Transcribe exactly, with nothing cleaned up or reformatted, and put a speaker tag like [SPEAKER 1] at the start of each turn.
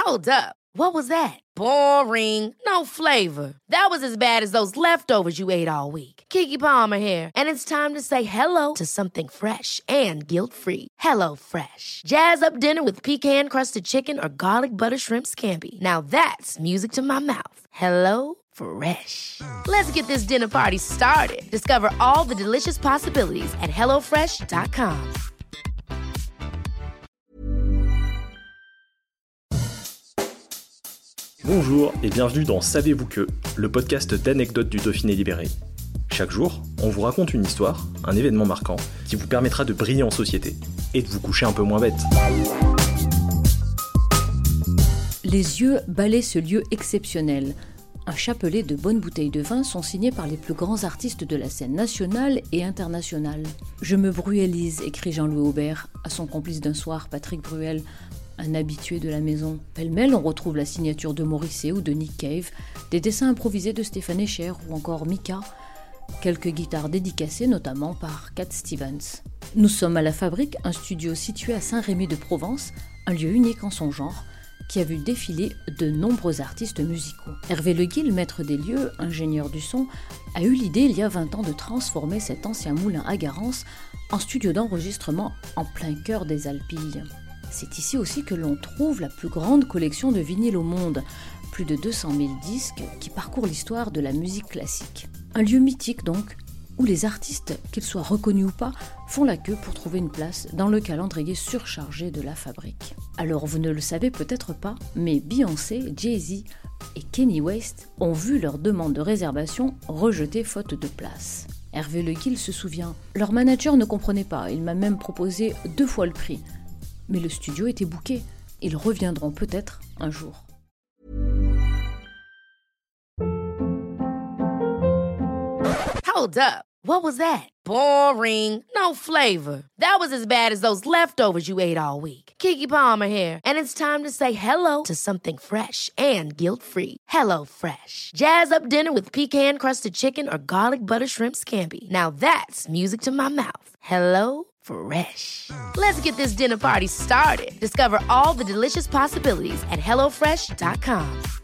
[SPEAKER 1] Hold up. What was that? Boring. No flavor. That was as bad as those leftovers you ate all week. Keke Palmer here, and it's time to say hello to something fresh and guilt-free. Hello Fresh. Jazz up dinner with pecan-crusted chicken or garlic butter shrimp scampi. Now that's music to my mouth. Hello Fresh. Let's get this dinner party started. Discover all the delicious possibilities at hello fresh dot com.
[SPEAKER 2] Bonjour et bienvenue dans Savez-vous que, le podcast d'anecdotes du Dauphiné libéré. Chaque jour, on vous raconte une histoire, un événement marquant, qui vous permettra de briller en société et de vous coucher un peu moins bête.
[SPEAKER 3] Les yeux balaient ce lieu exceptionnel. Un chapelet de bonnes bouteilles de vin sont signés par les plus grands artistes de la scène nationale et internationale. « Je me bruellise », écrit Jean-Louis Aubert à son complice d'un soir, Patrick Bruel, un habitué de la maison. Pêle-mêle, on retrouve la signature de Morrissey ou de Nick Cave, des dessins improvisés de Stéphane Escher ou encore Mika, quelques guitares dédicacées notamment par Cat Stevens. Nous sommes à La Fabrique, un studio situé à Saint-Rémy-de-Provence, un lieu unique en son genre, qui a vu défiler de nombreux artistes musicaux. Hervé Le Guil, maître des lieux, ingénieur du son, a eu l'idée il y a vingt ans de transformer cet ancien moulin à Garance en studio d'enregistrement en plein cœur des Alpilles. C'est ici aussi que l'on trouve la plus grande collection de vinyles au monde, plus de deux cent mille disques qui parcourent l'histoire de la musique classique. Un lieu mythique donc, où les artistes, qu'ils soient reconnus ou pas, font la queue pour trouver une place dans le calendrier surchargé de La Fabrique. Alors vous ne le savez peut-être pas, mais Beyoncé, Jay-Z et Kanye West ont vu leur demande de réservation rejetée faute de place. Hervé Le Guil se souvient, leur manager ne comprenait pas, il m'a même proposé deux fois le prix. Mais le studio était booké. Ils reviendront peut-être un jour.
[SPEAKER 1] Hold up. What was that? Boring. No flavor. That was as bad as those leftovers you ate all week. Keke Palmer here, and it's time to say hello to something fresh and guilt-free. Hello Fresh. Jazz up dinner with pecan-crusted chicken or garlic butter shrimp scampi. Now that's music to my mouth. Hello Fresh. Let's get this dinner party started. Discover all the delicious possibilities at hello fresh dot com.